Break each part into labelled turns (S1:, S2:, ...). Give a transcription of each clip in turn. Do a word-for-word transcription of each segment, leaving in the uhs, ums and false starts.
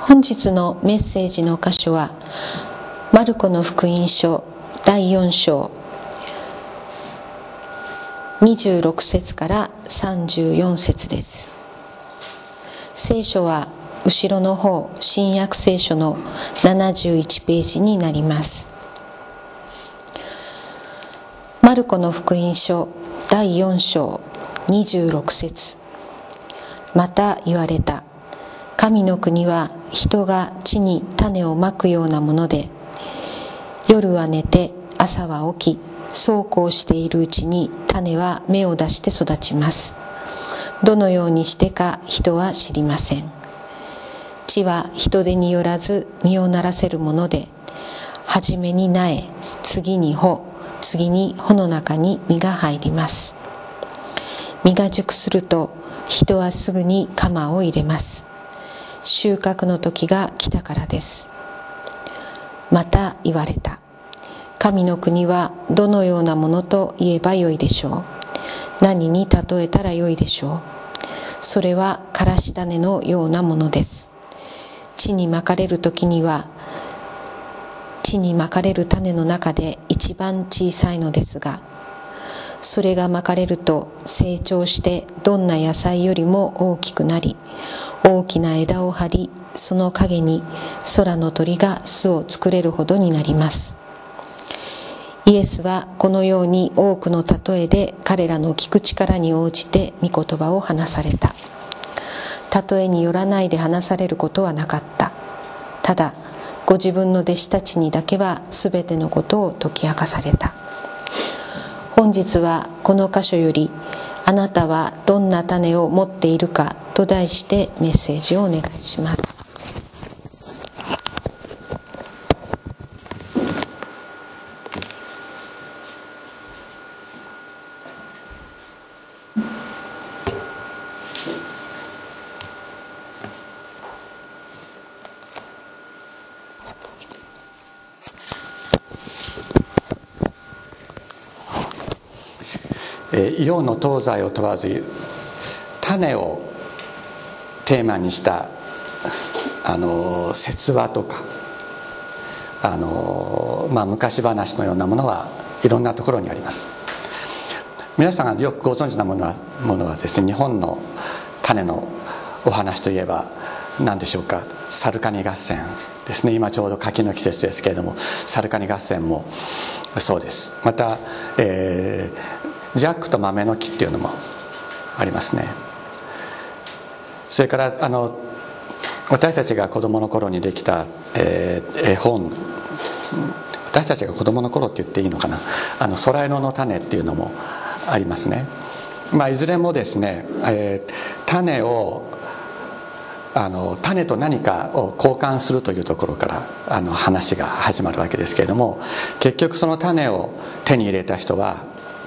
S1: 本日のメッセージの箇所はマルコの福音書だいよん章にじゅうろく節からさんじゅうよん節です。聖書は後ろの方、新約聖書のななじゅういちページになります。マルコの福音書だいよん章にじゅうろく節。また言われた。神の国は人が地に種をまくようなもので、夜は寝て朝は起き、そうこうしているうちに種は芽を出して育ちます。どのようにしてか人は知りません。地は人手によらず実をならせるもので、はじめに苗、次に穂、次に穂の中に実が入ります。実が熟すると人はすぐに鎌を入れます。収穫の時が来たからです。また言われた。神の国はどのようなものと言えばよいでしょう。何に例えたらよいでしょう。それはからし種のようなものです。地にまかれる時には、地にまかれる種の中で一番小さいのですが、それがまかれると成長してどんな野菜よりも大きくなり、大きな枝を張り、その陰に空の鳥が巣を作れるほどになります。イエスはこのように多くの例えで彼らの聞く力に応じて御言葉を話された。例えによらないで話されることはなかった。ただご自分の弟子たちにだけはすべてのことを解き明かされた。本日はこの箇所より、あなたはどんな種を持っているかと題してメッセージをお願いします。
S2: 洋の東西を問わず種をテーマにしたあの説話とかあの、まあ、昔話のようなものはいろんなところにあります。皆さんがよくご存知なものは、ものはですね、日本の種のお話といえば何でしょうか。サルカニ合戦ですね。今ちょうど柿の季節ですけれども、サルカニ合戦もそうです。また、えージャックと豆の木っていうのもありますね。それからあの私たちが子供の頃にできた、えー、絵本、私たちが子供の頃って言っていいのかな、あの空色の種っていうのもありますね。まあ、いずれもですね、えー、種をあの種と何かを交換するというところからあの話が始まるわけですけれども、結局その種を手に入れた人は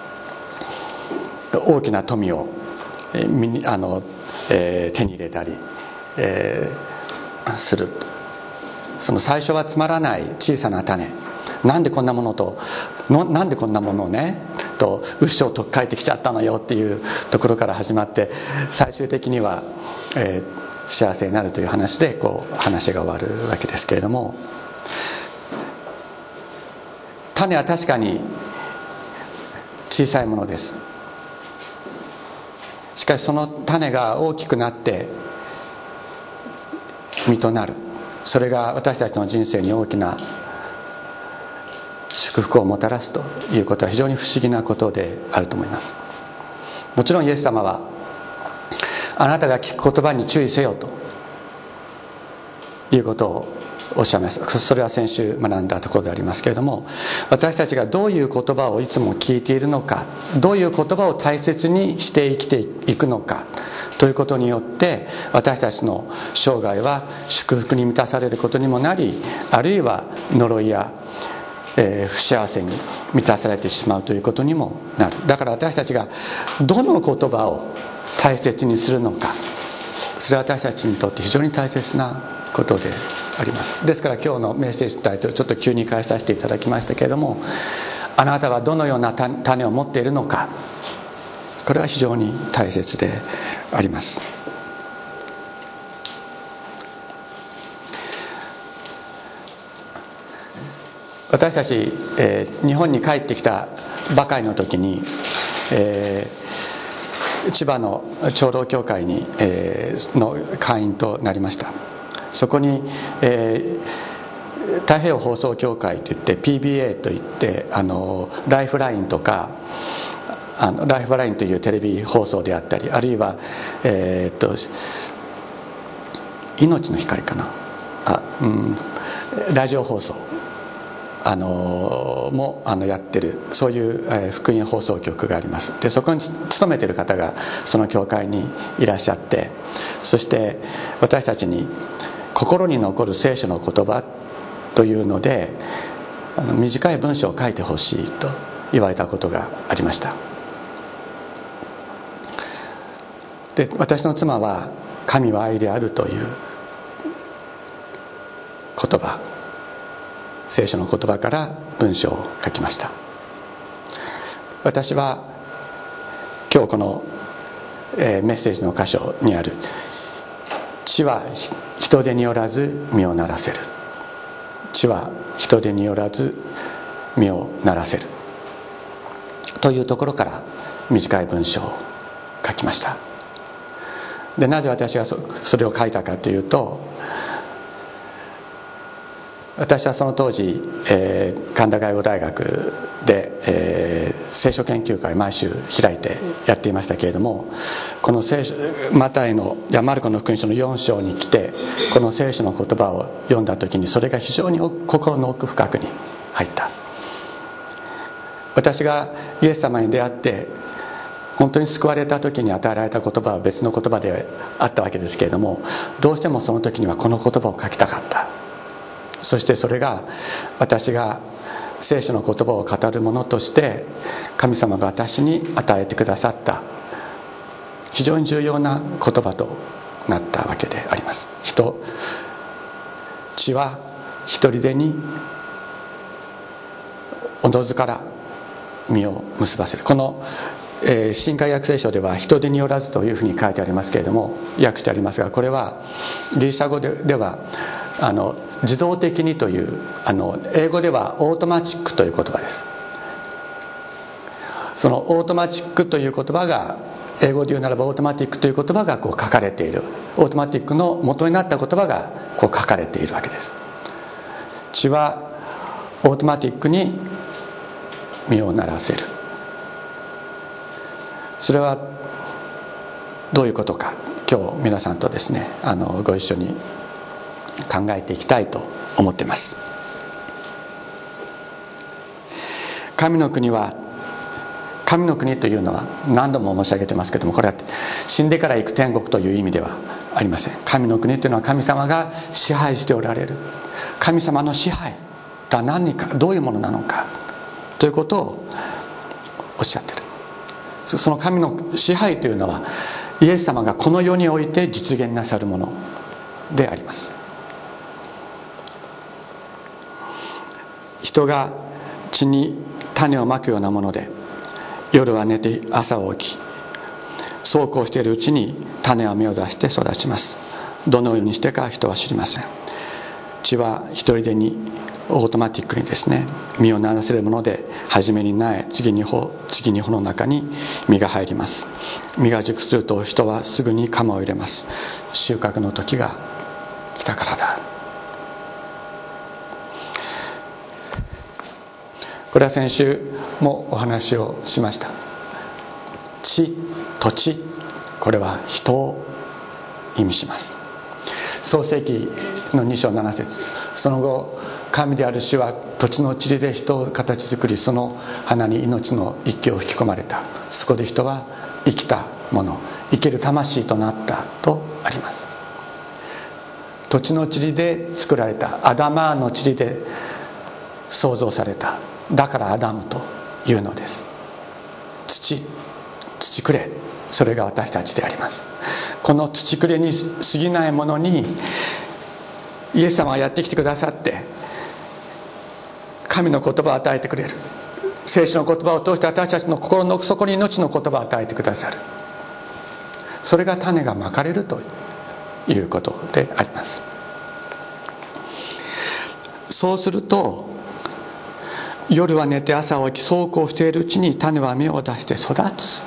S2: 大きな富を、えーあのえー、手に入れたり、えー、する。その最初はつまらない小さな種、なんでこんなものとのなんでこんなものをねと牛を取っ換えてきちゃったのよっていうところから始まって、最終的には、えー、幸せになるという話でこう話が終わるわけですけれども、種は確かに小さいものです。しかしその種が大きくなって実となる、それが私たちの人生に大きな祝福をもたらすということは非常に不思議なことであると思います。もちろんイエス様はあなたが聞く言葉に注意せよということをおっしゃいます。それは先週学んだところでありますけれども、私たちがどういう言葉をいつも聞いているのか、どういう言葉を大切にして生きていくのかということによって、私たちの生涯は祝福に満たされることにもなり、あるいは呪いや、えー、不幸せに満たされてしまうということにもなる。だから私たちがどの言葉を大切にするのか、それは私たちにとって非常に大切なことであります。ですから今日のメッセージのタイトルちょっと急に変えさせていただきましたけれども、あなたはどのような種を持っているのか、これは非常に大切であります。 私たち、えー、日本に帰ってきたばかりの時に、えー、千葉の長老教会に、えー、の会員となりました。そこに、えー、太平洋放送協会といって ピービーエー といってあのライフラインとかあのライフラインというテレビ放送であったり、あるいは、えー、っと命の光かなあ、うん、ラジオ放送あのもあのやってるそういう、えー、福音放送局があります。でそこに勤めてる方がその教会にいらっしゃって、そして私たちに心に残る聖書の言葉というのであの短い文章を書いてほしいと言われたことがありました。で私の妻は神は愛であるという言葉、聖書の言葉から文章を書きました。私は今日この、えー、メッセージの箇所にある地は人手によらず実をならせる、地は人手によらず実をならせるというところから短い文章を書きました。でなぜ私が そ, それを書いたかというと、私はその当時、えー、神田外語大学で、えー、聖書研究会毎週開いてやっていましたけれども、この聖書マタイのやマルコの福音書のよん章に来てこの聖書の言葉を読んだ時にそれが非常に心の奥深くに入った。私がイエス様に出会って本当に救われた時に与えられた言葉は別の言葉であったわけですけれども、どうしてもその時にはこの言葉を書きたかった。そしてそれが私が聖書の言葉を語るものとして神様が私に与えてくださった非常に重要な言葉となったわけであります。人地は一人でにおのずから実を結ばせる。このえー、新海訳聖書では人手によらずというふうに書いてありますけれども、訳してありますが、これはギリシャ語 で, ではあの自動的にというあの英語ではオートマチックという言葉です。そのオートマチックという言葉が英語で言うならばオートマティックという言葉がこう書かれている、オートマティックの元になった言葉がこう書かれているわけです。地はオートマティックに実をならせる。それはどういうことか、今日皆さんとですねあのご一緒に考えていきたいと思っています。神の国は、神の国というのは何度も申し上げてますけども、これは死んでから行く天国という意味ではありません。神の国というのは神様が支配しておられる、神様の支配とは何か、どういうものなのかということをおっしゃっている。その神の支配というのはイエス様がこの世において実現なさるものであります。人が地に種をまくようなもので、夜は寝て朝は起き、そうこうしているうちに種は芽を出して育ちます。どのようにしてか人は知りません。地は一人でにオートマティックにですね実をならせるもので、初めに苗、次に穂、次に穂の中に実が入ります。実が熟すると人はすぐに鎌を入れます。収穫の時が来たからだ。これは先週もお話をしました。地、土地、これは人を意味します。創世記のに章なな節、その後神である主は土地の塵で人を形作り、その花に命の息を吹き込まれた。そこで人は生きたもの、生ける魂となったとあります。土地の塵で作られた、アダマーの塵で創造された。だからアダムというのです。土、土くれ、それが私たちであります。この土くれに過ぎないものにイエス様がやってきてくださって、神の言葉を与えてくれる。聖書の言葉を通して私たちの心の奥底に命の言葉を与えてくださる。それが種がまかれるということであります。そうすると夜は寝て朝起き、そうこうしているうちに種は芽を出して育つ。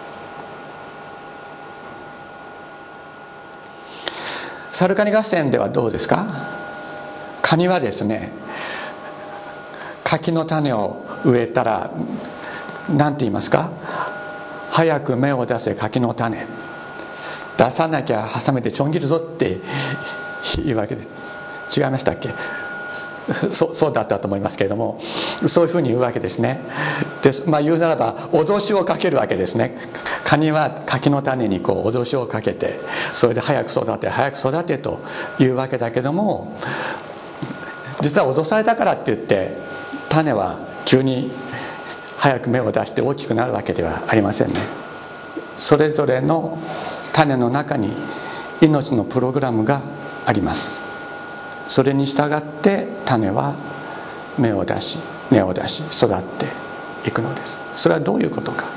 S2: サルカニ合戦ではどうですか？カニはですね、柿の種を植えたら何て言いますか？早く芽を出せ柿の種、出さなきゃハサミでちょん切るぞっていうわけです。違いましたっけ？そ, そうだったと思いますけれども、そういうふうに言うわけですね。で、まあ、言うならば脅しをかけるわけですね。カニは柿の種にこう脅しをかけて、それで早く育て早く育てというわけだけども、実は脅されたからって言って種は急に早く芽を出して大きくなるわけではありませんね。それぞれの種の中に命のプログラムがあります。それに従って種は芽を出し根を出し育っていくのです。それはどういうことか。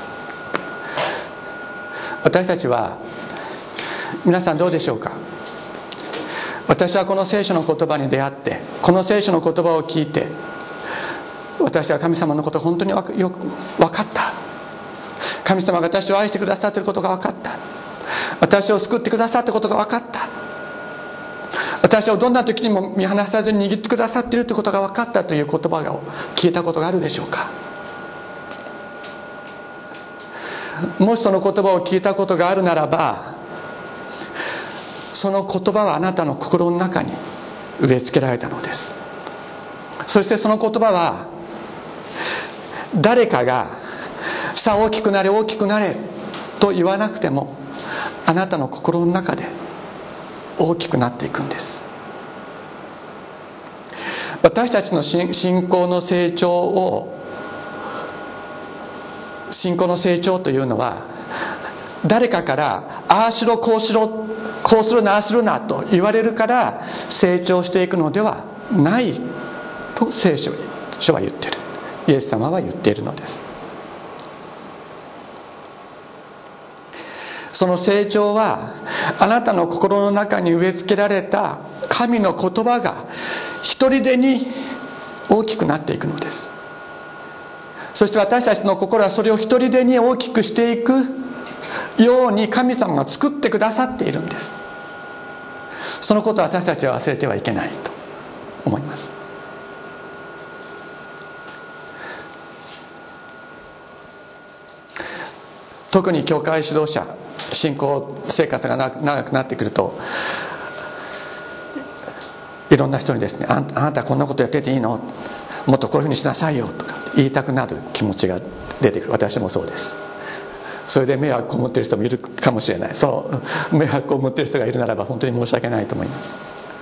S2: 私たちは皆さんどうでしょうか。私はこの聖書の言葉に出会って、この聖書の言葉を聞いて、私は神様のことを本当によく分かった。神様が私を愛してくださっていることが分かった。私を救ってくださったことが分かった。私をどんな時にも見放さずに握ってくださっているということが分かったという言葉を聞いたことがあるでしょうか。もしその言葉を聞いたことがあるならば、その言葉はあなたの心の中に植え付けられたのです。そしてその言葉は誰かがさあ大きくなれ大きくなれと言わなくても、あなたの心の中で大きくなっていくんです。私たちの信仰の成長を信仰の成長というのは、誰かからああしろこうしろこうするなああするなと言われるから成長していくのではないと聖書は言っている。イエス様は言っているのです。その成長はあなたの心の中に植え付けられた神の言葉が一人でに大きくなっていくのです。そして私たちの心はそれを一人でに大きくしていくように神様が作ってくださっているんです。そのことを私たちは忘れてはいけないと思います。特に教会指導者、信仰生活が長くなってくると、いろんな人にですね、あなたこんなことやってていいの、もっとこういうふうにしなさいよとか言いたくなる気持ちが出てくる。私もそうです。それで迷惑を持っている人もいるかもしれない。そう迷惑を持っている人がいるならば本当に申し訳ないと思います。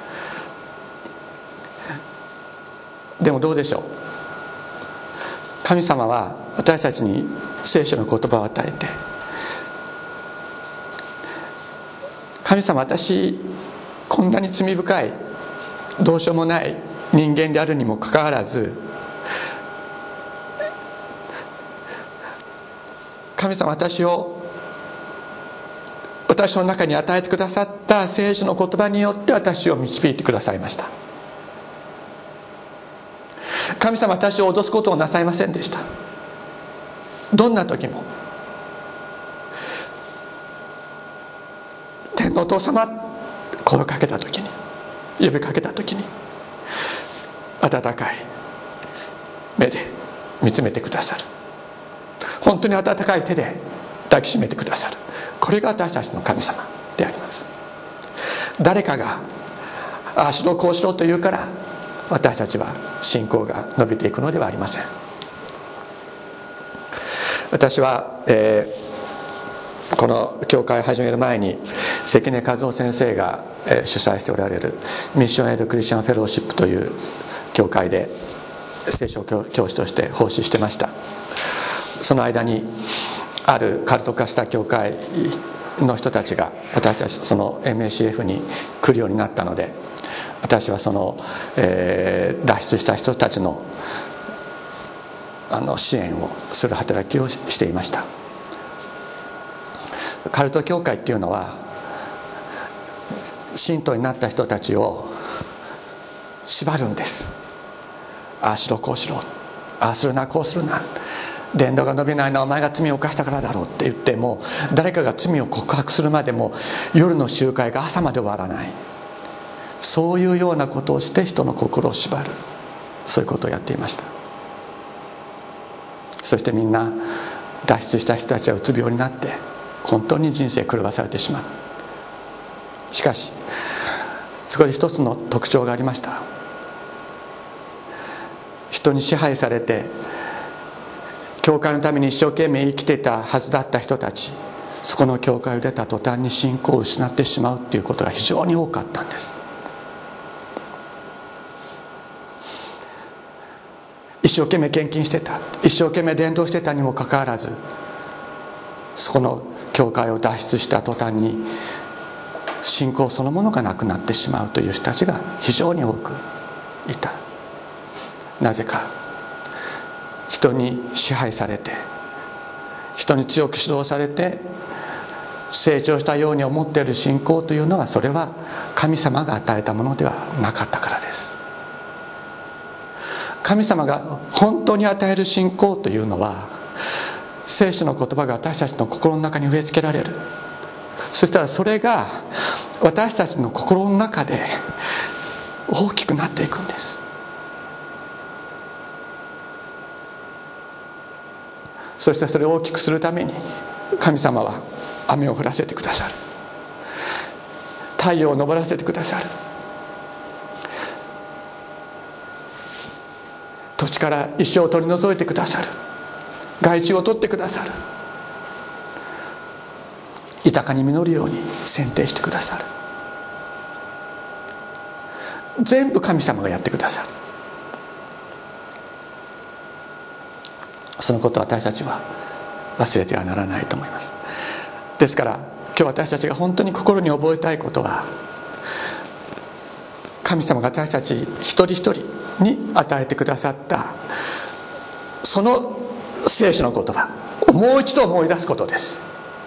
S2: でもどうでしょう。神様は私たちに聖書の言葉を与えて、神様、私こんなに罪深いどうしようもない人間であるにもかかわらず、神様、私を私の中に与えてくださった聖書の言葉によって私を導いてくださいました。神様、私を脅すことをなさいませんでした。どんな時も、天のお父様、声をかけた時に、呼びかけた時に、温かい目で見つめてくださる。本当に温かい手で抱きしめてくださる。これが私たちの神様であります。誰かがああしろこうしろと言うから私たちは信仰が伸びていくのではありません。私は、えー、この教会を始める前に関根和夫先生が、えー、主催しておられるミッションエイドクリスチャンフェローシップという教会で聖書教師として奉仕してました。その間にあるカルト化した教会の人たちが私たちその エムエーシーエフ に来るようになったので、私はその、えー、脱出した人たちのあの支援をする働きをしていました。カルト教会っていうのは信徒になった人たちを縛るんです。ああしろこうしろ、 ああするなこうするな、伝道が伸びないのはお前が罪を犯したからだろうって言っても、誰かが罪を告白するまでも夜の集会が朝まで終わらない、そういうようなことをして人の心を縛る、そういうことをやっていました。そしてみんな脱出した人たちはうつ病になって本当に人生狂わされてしまう。しかしそこで一つの特徴がありました。人に支配されて教会のために一生懸命生きていたはずだった人たち、そこの教会を出た途端に信仰を失ってしまうということが非常に多かったんです。一生懸命献金してた、一生懸命伝道してたにもかかわらず、そこの教会を脱出した途端に信仰そのものがなくなってしまうという人たちが非常に多くいた。なぜか、人に支配されて、人に強く指導されて成長したように思っている信仰というのは、それは神様が与えたものではなかったからです。神様が本当に与える信仰というのは、聖書の言葉が私たちの心の中に植え付けられる。そしたらそれが私たちの心の中で大きくなっていくんです。そしてそれを大きくするために神様は雨を降らせてくださる、太陽を昇らせてくださる、土地から石を取り除いてくださる、害虫を取ってくださる、豊かに実るように剪定してくださる。全部神様がやってくださる。そのことを私たちは忘れてはならないと思います。ですから今日私たちが本当に心に覚えたいことは、神様が私たち一人一人に与えてくださったその聖書の言葉をもう一度思い出すことです。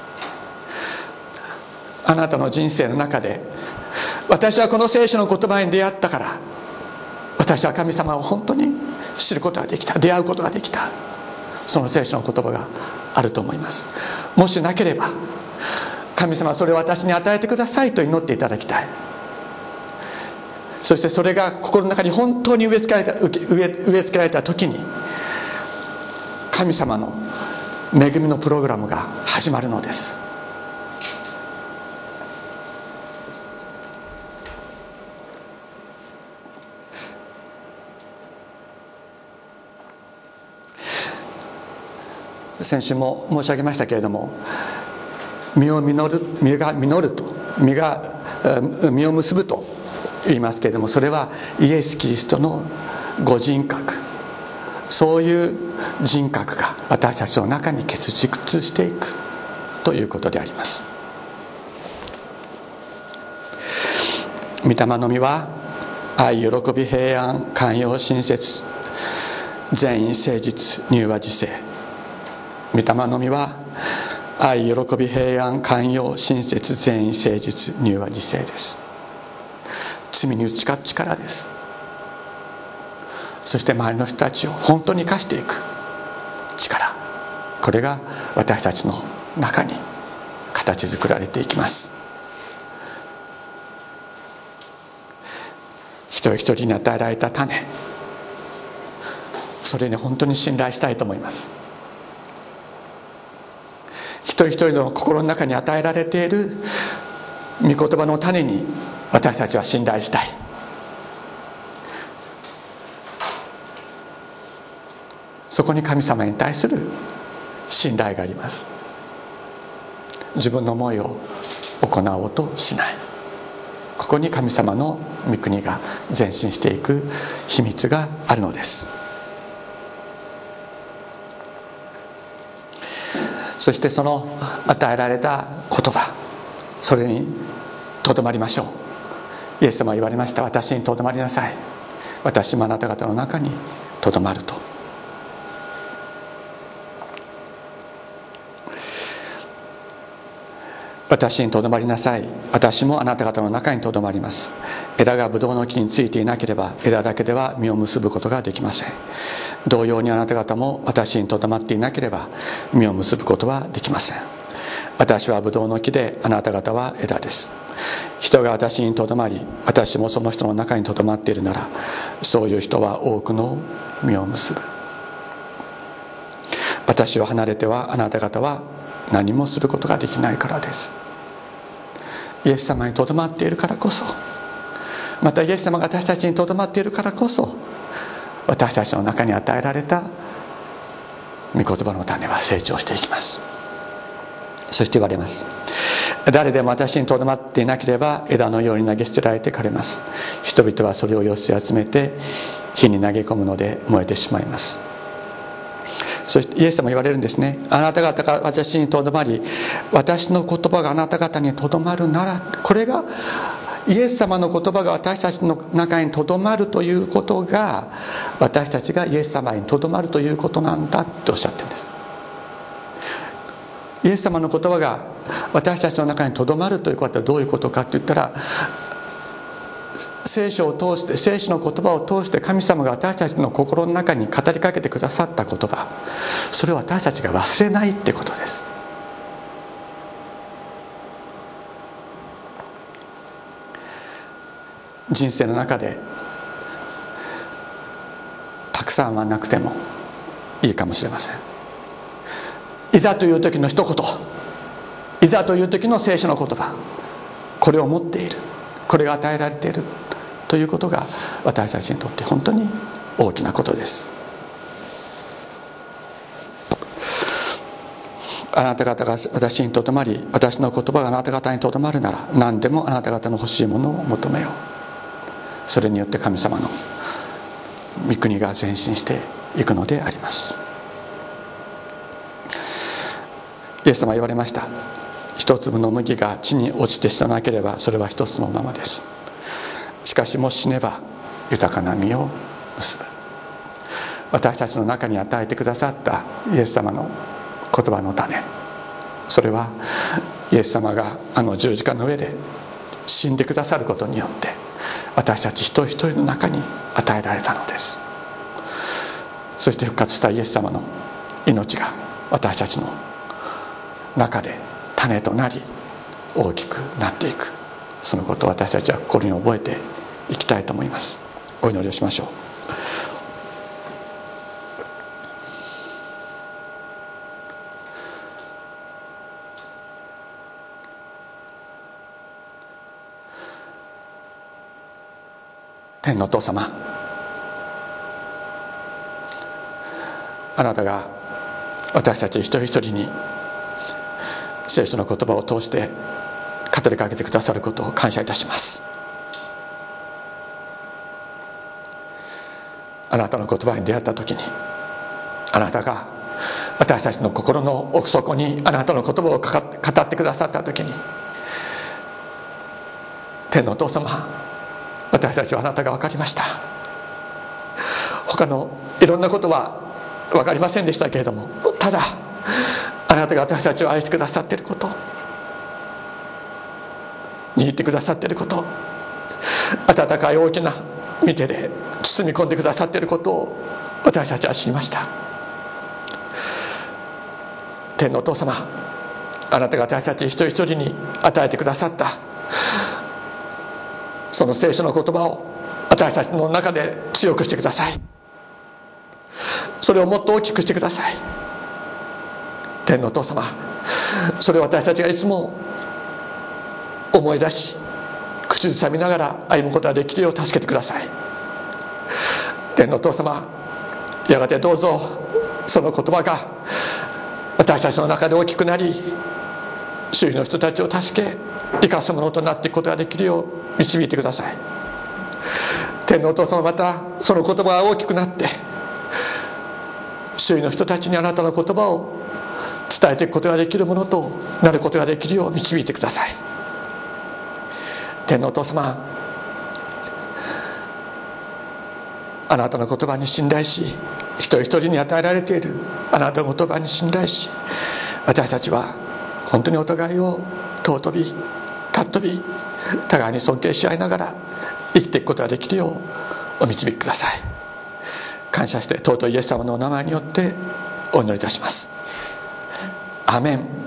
S2: あなたの人生の中で、私はこの聖書の言葉に出会ったから、私は神様を本当に知ることができた、出会うことができた、その聖書の言葉があると思います。もしなければ、神様それを私に与えてくださいと祈っていただきたい。そしてそれが心の中に本当に植え付けられた、植え、植え付けられた時に、神様の恵みのプログラムが始まるのです。先週も申し上げましたけれども、実を実る、実が実ると、実が実を結ぶと言いますけれども、それはイエス・キリストのご人格、そういう人格が私たちの中に結実していくということであります。御霊の実は愛、喜び、平安、寛容、親切、善意、誠実、柔和、自制。御霊の実は愛、喜び、平安、寛容、親切、善意、誠実、柔和、自制です。罪に打ち勝つ力です。そして周りの人たちを本当に生かしていく力、これが私たちの中に形作られていきます。一人一人に与えられた種、それに本当に信頼したいと思います。一人一人の心の中に与えられている御言葉の種に私たちは信頼したい。そこに神様に対する信頼があります。自分の思いを行おうとしない。ここに神様の御国が前進していく秘密があるのです。そしてその与えられた言葉、それにとどまりましょう。イエス様は言われました。私にとどまりなさい。私もあなた方の中にとどまると。 私にとどまりなさい、私もあなた方の中にとどまります。枝がブドウの木についていなければ枝だけでは実を結ぶことができません。同様にあなた方も私にとどまっていなければ実を結ぶことはできません。私はブドウの木であなた方は枝です。人が私にとどまり私もその人の中にとどまっているなら、そういう人は多くの実を結ぶ。私を離れてはあなた方は何もすることができないからです。イエス様にとどまっているからこそ、またイエス様が私たちにとどまっているからこそ、私たちの中に与えられた御言葉の種は成長していきます。そして言われます。誰でも私にとどまっていなければ枝のように投げ捨てられて枯れます。人々はそれを寄せ集めて火に投げ込むので燃えてしまいます。そしてイエス様言われるんですね。あなた方が私にとどまり私の言葉があなた方にとどまるなら、これがイエス様の言葉が私たちの中にとどまるということが、私たちがイエス様にとどまるということなんだっておっしゃってるんです。イエス様の言葉が私たちの中にとどまるということはどういうことかって言ったら、聖書を通して、聖書の言葉を通して神様が私たちの心の中に語りかけてくださった言葉、それを私たちが忘れないってことです。人生の中でたくさんはなくてもいいかもしれません。いざという時の一言、いざという時の聖書の言葉、これを持っている、これが与えられているということが私たちにとって本当に大きなことです。あなた方が私にとどまり私の言葉があなた方にとどまるなら、何でもあなた方の欲しいものを求めよう。それによって神様の御国が前進していくのであります。イエス様は言われました。一粒の麦が地に落ちて死ななければそれは一つのままです。しかしもし死ねば豊かな実を結ぶ。私たちの中に与えてくださったイエス様の言葉の種、それはイエス様があの十字架の上で死んでくださることによって私たち一人一人の中に与えられたのです。そして復活したイエス様の命が私たちの中で種となり大きくなっていく、そのことを私たちは心に覚えていきたいと思います。お祈りをしましょう。天のお父様、あなたが私たち一人一人に聖書の言葉を通して語りかけてくださることを感謝いたします。あなたの言葉に出会った時に、あなたが私たちの心の奥底にあなたの言葉を語ってくださった時に、天のお父様、私たちはあなたが分かりました。他のいろんなことは分かりませんでしたけれども、ただあなたが私たちを愛してくださっていること、握ってくださっていること、温かい大きな御手で包み込んでくださっていることを私たちは知りました。天のお父様、あなたが私たち一人一人に与えてくださったその聖書の言葉を私たちの中で強くしてください。それをもっと大きくしてください。天のお父様、それを私たちがいつも思い出し口ずさみながら歩むことができるよう助けてください。天のお父様、やがてどうぞその言葉が私たちの中で大きくなり、周囲の人たちを助け生かすものとなっていくことができるよう導いてください。天のお父様、またその言葉が大きくなって周囲の人たちにあなたの言葉を伝えていくことができるものとなることができるよう導いてください。天のお父様、あなたの言葉に信頼し、一人一人に与えられているあなたの言葉に信頼し、私たちは本当にお互いを尊び尊び互いに尊敬し合いながら生きていくことができるようお導きください。感謝して尊いイエス様のお名前によってお祈りいたします。アメン。